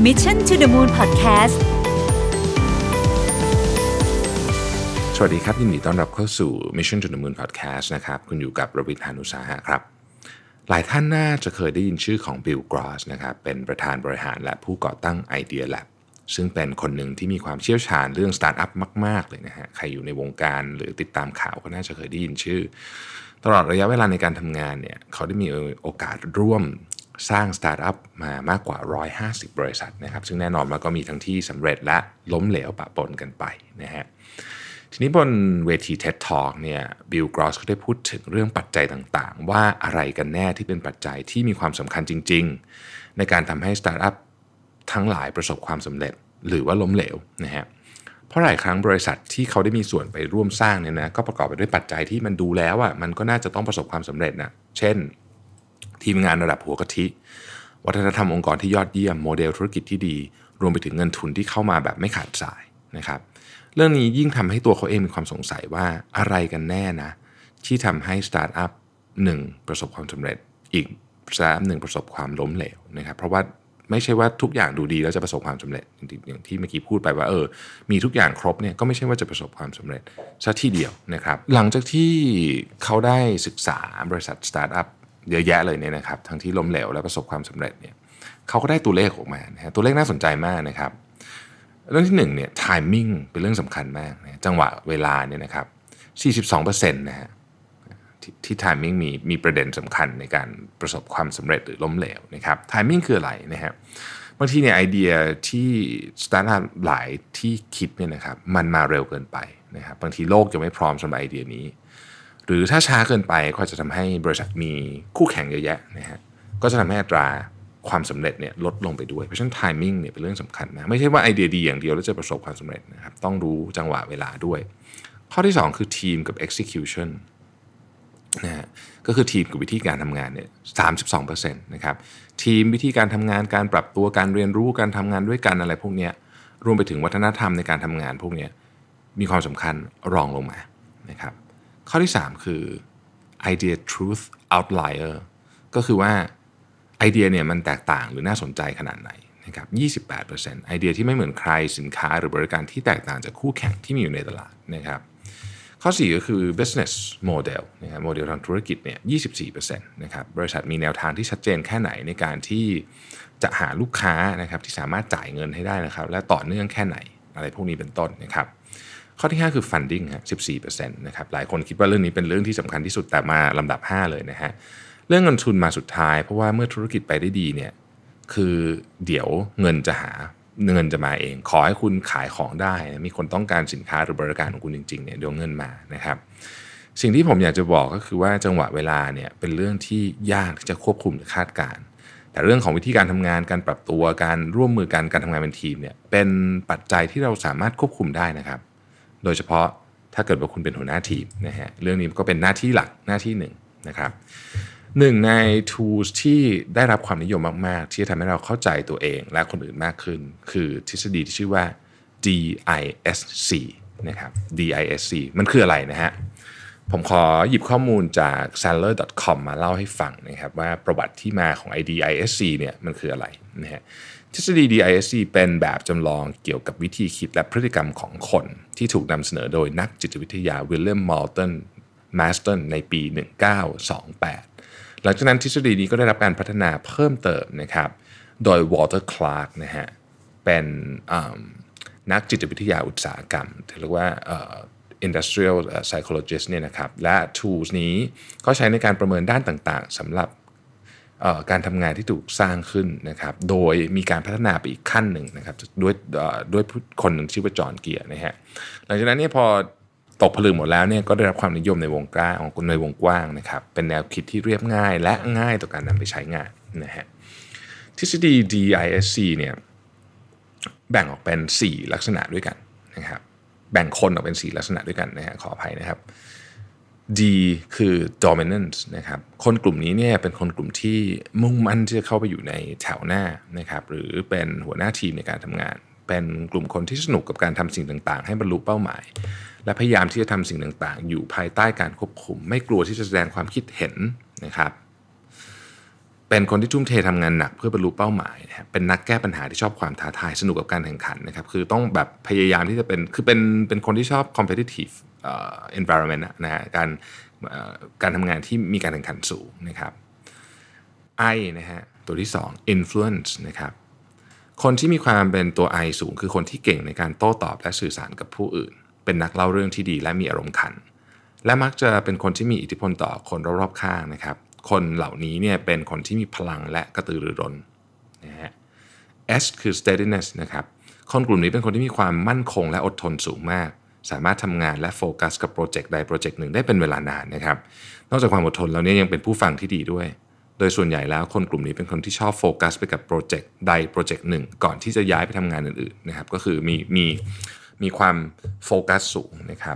Mission to the Moon Podcast สวัสดีครับยินดีต้อนรับเข้าสู่ Mission to the Moon Podcast นะครับคุณอยู่กับรวิทย์ หาญอุตสาหะครับหลายท่านน่าจะเคยได้ยินชื่อของ Bill Gross นะครับเป็นประธานบริหารและผู้ก่อตั้ง Idea Lab ซึ่งเป็นคนหนึ่งที่มีความเชี่ยวชาญเรื่องสตาร์ทอัพมากๆเลยนะฮะใครอยู่ในวงการหรือติดตามข่าวก็น่าจะเคยได้ยินชื่อตลอดระยะเวลาในการทำงานเนี่ยเขาได้มีโอกาสร่วมสร้างสตาร์ทอัพมามากกว่า150บริษัทนะครับซึ่งแน่นอนมันก็มีทั้งที่สำเร็จและล้มเหลวปะปนกันไปนะฮะทีนี้บนเวที TED Talk เนี่ยบิล กรอสก็ได้พูดถึงเรื่องปัจจัยต่างๆว่าอะไรกันแน่ที่เป็นปัจจัยที่มีความสำคัญจริงๆในการทำให้สตาร์ทอัพทั้งหลายประสบความสำเร็จหรือว่าล้มเหลวนะฮะเพราะหลายครั้งบริษัทที่เขาได้มีส่วนไปร่วมสร้างเนี่ยนะก็ประกอบไปด้วยปัจจัยที่มันดูแล้วอ่ะมันก็น่าจะต้องประสบความสำเร็จนะเช่นทีมงานระดับหัวกะทิวัฒนธรรมองค์กรที่ยอดเยี่ยมโมเดลธุรกิจที่ดีรวมไปถึงเงินทุนที่เข้ามาแบบไม่ขาดสายนะครับเรื่องนี้ยิ่งทำให้ตัวเขาเองมีความสงสัยว่าอะไรกันแน่นะที่ทำให้สตาร์ทอัพหนึ่งประสบความสำเร็จอีกสตาร์ทอัพหนึ่งประสบความล้มเหลวนะครับเพราะว่าไม่ใช่ว่าทุกอย่างดูดีแล้วจะประสบความสำเร็จอย่างที่เมื่อกี้พูดไปว่ามีทุกอย่างครบเนี่ยก็ไม่ใช่ว่าจะประสบความสำเร็จซะทีเดียวนะครับหลังจากที่เขาได้ศึกษาบริษัทสตาร์ทอัพเยอะแยะเลยเนี่ยนะครับทั้งที่ล้มเหลวและประสบความสำเร็จเนี่ยเขาก็ได้ตัวเลขออกมานะฮะตัวเลขน่าสนใจมากนะครับเรื่องที่1เนี่ย timing เป็นเรื่องสำคัญมากนะจังหวะเวลาเนี่ยนะครับ 42% นะฮะที่ timing มีประเด็นสำคัญในการประสบความสำเร็จหรือล้มเหลวนะครับ timing คืออะไรนะฮะบางทีเนี่ยไอเดียที่สตาร์ทอัพหลายที่คิดเนี่ยนะครับมันมาเร็วเกินไปนะครับบางทีโลกยังไม่พร้อมสำหรับไอเดียนี้หรือถ้าช้าเกินไปก็จะทำให้บริษัทมีคู่แข่งเยอะแยะนะฮะก็จะทำให้อัตราความสำเร็จเนี่ยลดลงไปด้วยเพราะฉะนั้น timing เนี่ยเป็นเรื่องสำคัญนะไม่ใช่ว่าไอเดียดีอย่างเดียวแล้วจะประสบความสำเร็จนะครับต้องรู้จังหวะเวลาด้วยข้อที่2คือทีมกับ execution นะฮะก็คือทีมกับวิธีการทำงานเนี่ย 32% นะครับทีมวิธีการทำงานการปรับตัวการเรียนรู้การทำงานด้วยกันอะไรพวกนี้รวมไปถึงวัฒนธรรมในการทำงานพวกนี้มีความสำคัญรองลงมานะครับข้อที่3คือ idea truth outlier ก็คือว่าไอเดียเนี่ยมันแตกต่างหรือน่าสนใจขนาดไหนนะครับ 28% ไอเดียที่ไม่เหมือนใครสินค้าหรือบริการที่แตกต่างจากคู่แข่งที่มีอยู่ในตลาดนะครับข้อ4ก็คือ business model นะครับโมเดลทางธุรกิจเนี่ย 24% นะครับบริษัทมีแนวทางที่ชัดเจนแค่ไหนในการที่จะหาลูกค้านะครับที่สามารถจ่ายเงินให้ได้นะครับและต่อเนื่องแค่ไหนอะไรพวกนี้เป็นต้นนะครับข้อที่5คือ funding ฮะ 14% นะครับหลายคนคิดว่าเรื่องนี้เป็นเรื่องที่สำคัญที่สุดแต่มาลำดับ5เลยนะฮะเรื่องเงินทุนมาสุดท้ายเพราะว่าเมื่อธุรกิจไปได้ดีเนี่ยคือเดี๋ยวเงินจะมาเองขอให้คุณขายของได้มีคนต้องการสินค้าหรือบริการของคุณจริงๆเนี่ยเดี๋ยวเงินมานะครับสิ่งที่ผมอยากจะบอกก็คือว่าจังหวะเวลาเนี่ยเป็นเรื่องที่ยากที่จะควบคุมหรือคาดการณ์แต่เรื่องของวิธีการทำงานการปรับตัวการร่วมมือกันการทำงานเป็นทีมเนี่ยเป็นปัจจัยที่เราสามารถควบคุมได้นะครับโดยเฉพาะถ้าเกิดว่าคุณเป็นหัวหน้าทีมนะฮะเรื่องนี้ก็เป็นหน้าที่หลักหน้าที่หนึ่งนะครับหนึ่งใน tools ที่ได้รับความนิยมมากๆที่จะทำให้เราเข้าใจตัวเองและคนอื่นมากขึ้นคือทฤษฎีที่ชื่อว่า DISC นะครับ DISC มันคืออะไรนะฮะผมขอหยิบข้อมูลจาก Sandler.com มาเล่าให้ฟังนะครับว่าประวัติที่มาของ DISC เนี่ยมันคืออะไรนะฮะทฤษฎี DISC เป็นแบบจำลองเกี่ยวกับวิธีคิดและพฤติกรรมของคนที่ถูกนำเสนอโดยนักจิตวิทยาวิลเลียมมอลตันมาสตันในปี 1928 หลังจากนั้นทฤษฎีนี้ก็ได้รับการพัฒนาเพิ่มเติมนะครับโดยวอลเตอร์ คลาร์กนะฮะเป็นนักจิตวิทยาอุตสาหกรรมที่เรียกว่าindustrial psychologist เนี่ยนะครับและ tools นี้ก็ใช้ในการประเมินด้านต่างๆสำหรับการทำงานที่ถูกสร้างขึ้นนะครับโดยมีการพัฒนาไปอีกขั้นหนึ่งนะครับด้วยคนหนึ่งชื่อว่าจอห์นเกียร์นะฮะหลังจากนั้นเนี่ยพอตกผลึกหมดแล้วเนี่ยก็ได้รับความนิยมในวงกว้างนะครับเป็นแนวคิดที่เรียบง่ายและง่ายต่อการนำไปใช้งานนะฮะทฤษฎี DISC เนี่ยแบ่งออกเป็น4ลักษณะด้วยกันนะครับแบ่งคนออกเป็น4ลักษณะด้วยกันนะฮะขออภัยนะครับ D คือ dominance นะครับคนกลุ่มนี้เนี่ยเป็นคนกลุ่มที่มุ่งมั่นที่จะเข้าไปอยู่ในแถวหน้านะครับหรือเป็นหัวหน้าทีมในการทำงานเป็นกลุ่มคนที่สนุกกับการทำสิ่งต่างๆให้บรรลุเป้าหมายและพยายามที่จะทำสิ่งต่างๆอยู่ภายใต้การควบคุมไม่กลัวที่จะแสดงความคิดเห็นนะครับเป็นคนที่ทุ่มเททำงานหนักเพื่อบรรลุเป้าหมายนะครับเป็นนักแก้ปัญหาที่ชอบความท้าทายสนุกกับการแข่งขันนะครับคือต้องแบบพยายามที่จะเป็นคนที่ชอบ competitive environment นะฮะการทำงานที่มีการแข่งขันสูงนะครับ I นะฮะตัวที่2 influence นะครับคนที่มีความเป็นตัว I สูงคือคนที่เก่งในการโต้ตอบและสื่อสารกับผู้อื่นเป็นนักเล่าเรื่องที่ดีและมีอารมณ์ขันและมักจะเป็นคนที่มีอิทธิพลต่อคนรอบๆข้างนะครับคนเหล่านี้เนี่ยเป็นคนที่มีพลังและกระตือรือร้นนะฮะ S คือ steadiness นะครับคนกลุ่มนี้เป็นคนที่มีความมั่นคงและอดทนสูงมากสามารถทำงานและโฟกัสกับโปรเจกต์ใดโปรเจกต์หนึ่งได้เป็นเวลานานนะครับนอกจากความอดทนแล้วเนี่ยยังเป็นผู้ฟังที่ดีด้วยโดยส่วนใหญ่แล้วคนกลุ่มนี้เป็นคนที่ชอบโฟกัสไปกับโปรเจกต์ใดโปรเจกต์หนึ่งก่อนที่จะย้ายไปทำงานอื่นๆนะครับก็คือมีความโฟกัสสูงนะครับ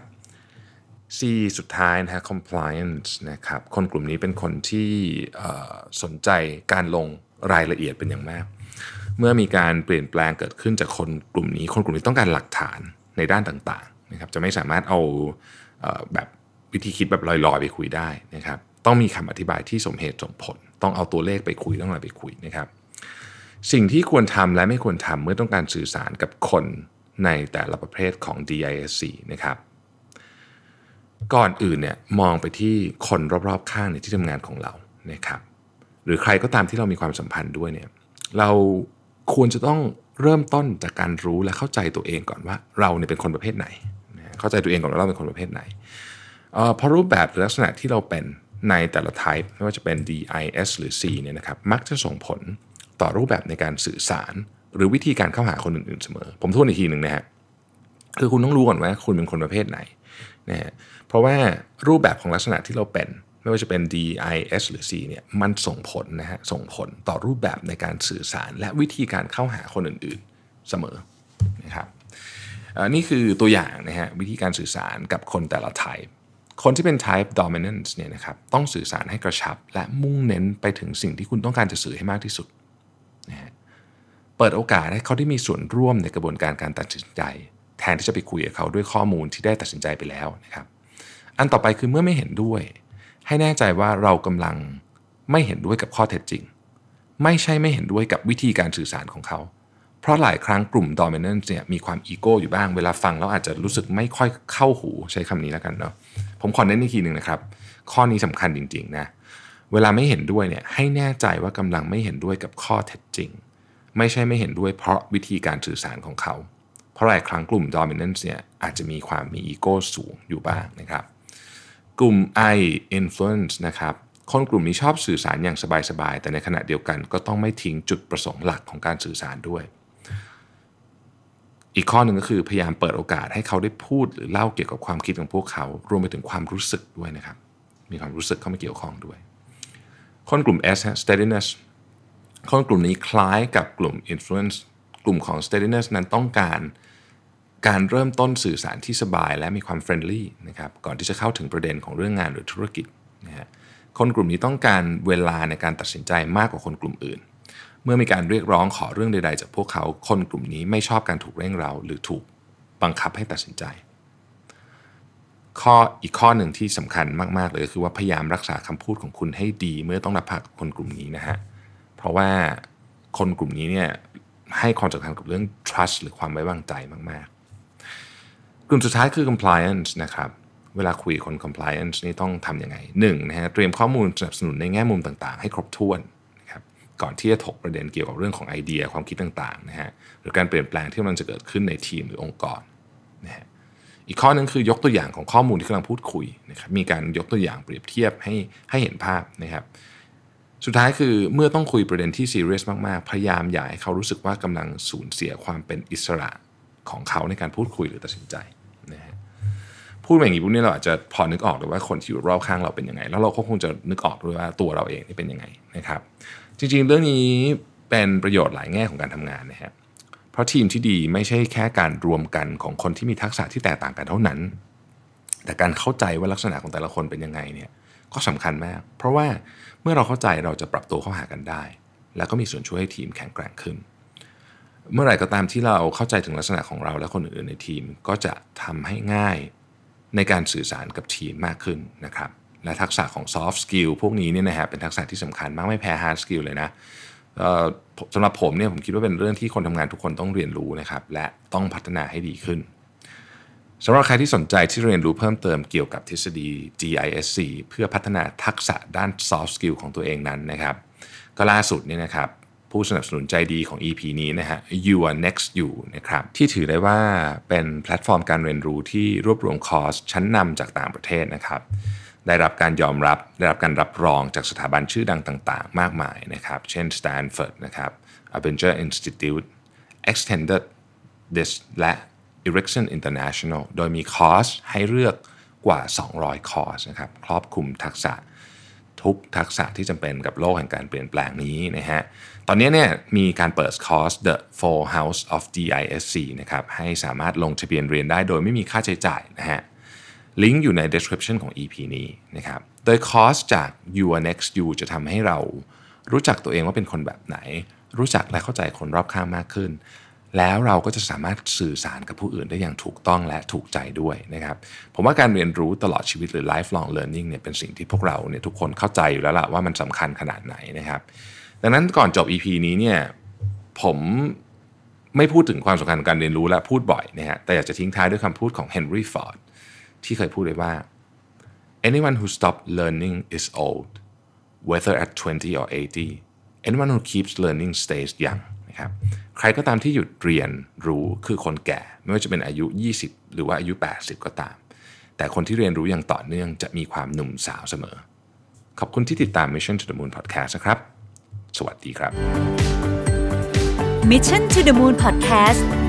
C สุดท้ายนะฮะ compliance นะครับคนกลุ่มนี้เป็นคนที่สนใจการลงรายละเอียดเป็นอย่างมากเมื่อมีการเปลี่ยนแปลงเกิดขึ้นจากคนกลุ่มนี้ต้องการหลักฐานในด้านต่างๆนะครับจะไม่สามารถเอาแบบวิธีคิดแบบลอยๆไปคุยได้นะครับต้องมีคำอธิบายที่สมเหตุสมผลต้องเอาตัวเลขไปคุยต้องอะไรไปคุยนะครับสิ่งที่ควรทำและไม่ควรทำเมื่อต้องการสื่อสารกับคนในแต่ละประเภทของ DISC นะครับก่อนอื่นเนี่ยมองไปที่คนรอบๆข้างในที่ทำงานของเรานะครับหรือใครก็ตามที่เรามีความสัมพันธ์ด้วยเนี่ยเราควรจะต้องเริ่มต้นจากการรู้และเข้าใจตัวเองก่อนว่าเราเนี่ยเป็นคนประเภทไหนเข้าใจตัวเองก่อนว่าเราเป็นคนประเภทไหนเพราะรูปแบบหรือลักษณะที่เราเป็นในแต่ละ type ไม่ว่าจะเป็น D I S หรือ C เนี่ยนะครับมักจะส่งผลต่อรูปแบบในการสื่อสารหรือวิธีการเข้าหาคนอื่นๆเสมอผมทวนอีกทีหนึ่งนะฮะคือคุณต้องรู้ก่อนว่าคุณเป็นคนประเภทไหนนะฮะเพราะว่ารูปแบบของลักษณะที่เราเป็นไม่ว่าจะเป็น D I S หรือ C เนี่ยมันส่งผลนะฮะส่งผลต่อรูปแบบในการสื่อสารและวิธีการเข้าหาคนอื่นๆเสมอนะครับนี่คือตัวอย่างนะฮะวิธีการสื่อสารกับคนแต่ละ type คนที่เป็น type dominance เนี่ยนะครับต้องสื่อสารให้กระชับและมุ่งเน้นไปถึงสิ่งที่คุณต้องการจะสื่อให้มากที่สุดนะฮะเปิดโอกาสให้เขาได้มีส่วนร่วมในกระบวนการตัดสินใจแทนที่จะไปคุยกับเขาด้วยข้อมูลที่ได้ตัดสินใจไปแล้วนะครับอันต่อไปคือเมื่อไม่เห็นด้วยให้แน่ใจว่าเรากำลังไม่เห็นด้วยกับข้อเท็จจริงไม่ใช่ไม่เห็นด้วยกับวิธีการสื่อสารของเขาเพราะหลายครั้งกลุ่ม dominant เนี่ยมีความอีโก้อยู่บ้างเวลาฟังแล้วอาจจะรู้สึกไม่ค่อยเข้าหูใช้คำนี้แล้วกันเนาะผมขอเน้นอีกทีหนึ่งนะครับข้อนี้สำคัญจริงๆนะเวลาไม่เห็นด้วยเนี่ยให้แน่ใจว่ากำลังไม่เห็นด้วยกับข้อเท็จจริงไม่ใช่ไม่เห็นด้วยเพราะวิธีการสื่อสารของเขาเพราะหลายครั้งกลุ่ม dominant เนี่ยอาจจะมีอีโก้สูงอยู่บ้างนะครับกลุ่ม I influence นะครับคนกลุ่มนี้ชอบสื่อสารอย่างสบายๆแต่ในขณะเดียวกันก็ต้องไม่ทิ้งจุดประสงค์หลักของการสื่อสารด้วยอีกข้อหนึ่งก็คือพยายามเปิดโอกาสให้เขาได้พูดหรือเล่าเกี่ยวกับความคิดของพวกเขารวมไปถึงความรู้สึกด้วยนะครับมีความรู้สึกเข้ามาเกี่ยวข้องด้วยคนกลุ่ม S steadiness คนกลุ่มนี้คล้ายกับกลุ่ม influence กลุ่มของ steadiness นั้นต้องการเริ่มต้นสื่อสารที่สบายและมีความเฟรนลี่นะครับก่อนที่จะเข้าถึงประเด็นของเรื่องงานหรือธุรกิจนะฮะคนกลุ่มนี้ต้องการเวลาในการตัดสินใจมากกว่าคนกลุ่มอื่นเมื่อมีการเรียกร้องขอเรื่องใดๆจากพวกเขาคนกลุ่มนี้ไม่ชอบการถูกเร่งเร้าหรือถูกบังคับให้ตัดสินใจอีกข้อหนึ่งที่สำคัญมากๆเลยก็คือว่าพยายามรักษาคำพูดของคุณให้ดีเมื่อต้องรับปากกับคนกลุ่มนี้นะฮะเพราะว่าคนกลุ่มนี้เนี่ยให้ความสำคัญกับเรื่อง trust หรือความไว้วางใจมากๆกลุ่มสุดท้ายคือ compliance นะครับเวลาคุยคน compliance นี่ต้องทำยังไง1นะฮะเตรียมข้อมูลสนับสนุนในแง่มุมต่างๆให้ครบถ้วนนะครับก่อนที่จะถกประเด็นเกี่ยวกับเรื่องของไอเดียความคิดต่างๆนะฮะหรือการเปลี่ยนแปลงที่มันจะเกิดขึ้นในทีมหรือองค์กรนะฮะอีกข้อนึงคือยกตัวอย่างของข้อมูลที่กำลังพูดคุยนะครับมีการยกตัวอย่างเปรียบเทียบให้เห็นภาพนะครับสุดท้ายคือเมื่อต้องคุยประเด็นที่ซีเรียสมากๆพยายามอย่าให้เขารู้สึกว่ากำลังสูญเสียความเป็นอิสระของเขาในการพูดคุยหรือตัดสินใจนะฮะพูดอย่างนี้พวกนี้เราอาจจะพอนึกออกเลยว่าคนที่อยู่รอบข้างเราเป็นยังไงแล้วเราก็คงจะนึกออกด้วยว่าตัวเราเองนี่เป็นยังไงนะครับจริงๆเรื่องนี้เป็นประโยชน์หลายแง่ของการทำงานนะฮะเพราะทีมที่ดีไม่ใช่แค่การรวมกันของคนที่มีทักษะที่แตกต่างกันเท่านั้นแต่การเข้าใจว่าลักษณะของแต่ละคนเป็นยังไงเนี่ยก็สำคัญมากเพราะว่าเมื่อเราเข้าใจเราจะปรับตัวเข้าหากันได้แล้วก็มีส่วนช่วยให้ทีมแข็งแกร่งขึ้นเมื่อไหร่ก็ตามที่เราเข้าใจถึงลักษณะของเราและคนอื่นๆในทีมก็จะทำให้ง่ายในการสื่อสารกับทีมมากขึ้นนะครับและทักษะของ soft skill พวกนี้เนี่ยนะฮะเป็นทักษะที่สำคัญมากไม่แพ้ hard skill เลยนะสำหรับผมเนี่ยผมคิดว่าเป็นเรื่องที่คนทำงานทุกคนต้องเรียนรู้นะครับและต้องพัฒนาให้ดีขึ้นสำหรับใครที่สนใจที่เรียนรู้เพิ่มเติมเกี่ยวกับทฤษฎี GISC เพื่อพัฒนาทักษะด้าน soft skill ของตัวเองนั้นนะครับก็ล่าสุดเนี่ยนะครับผู้สนับสนุนใจดีของ EP นี้นะฮะ Your Next You นะครับที่ถือได้ว่าเป็นแพลตฟอร์มการเรียนรู้ที่รวบรวมคอร์สชั้นนำจากต่างประเทศนะครับได้รับการยอมรับได้รับการรับรองจากสถาบันชื่อดังต่างๆมากมายนะครับเช่น Stanford นะครับ Avenger Institute Extended This และ Ericsson International โดยมีคอร์สให้เลือกกว่า200คอร์สนะครับครอบคลุมทักษะทุกทักษะที่จำเป็นกับโลกแห่งการเปลี่ยนแปลงนี้นะฮะตอนนี้เนี่ยมีการเปิดคอร์ส The Four House of GISC นะครับให้สามารถลงทะเบียนเรียนได้โดยไม่มีค่าใช้จ่ายนะฮะลิงก์อยู่ใน description ของ EP นี้นะครับโดยคอร์สจาก Your Next You จะทำให้เรารู้จักตัวเองว่าเป็นคนแบบไหนรู้จักและเข้าใจคนรอบข้างมากขึ้นแล้วเราก็จะสามารถสื่อสารกับผู้อื่นได้อย่างถูกต้องและถูกใจด้วยนะครับผมว่าการเรียนรู้ตลอดชีวิตหรือ lifelong learning เนี่ยเป็นสิ่งที่พวกเราเนี่ยทุกคนเข้าใจอยู่แล้วล่ะว่ามันสำคัญขนาดไหนนะครับดังนั้นก่อนจบ EP นี้เนี่ยผมไม่พูดถึงความสำคัญของการเรียนรู้และพูดบ่อยนะฮะแต่อยากจะทิ้งท้ายด้วยคำพูดของ Henry Ford ที่เคยพูดไว้ว่า anyone who stops learning is old whether at 20 or 80 anyone who keeps learning stays youngนะครับใครก็ตามที่หยุดเรียนรู้คือคนแก่ไม่ว่าจะเป็นอายุ20หรือว่าอายุ80ก็ตามแต่คนที่เรียนรู้อย่างต่อเนื่องจะมีความหนุ่มสาวเสมอขอบคุณที่ติดตาม Mission to the Moon Podcast นะครับสวัสดีครับ Mission to the Moon Podcast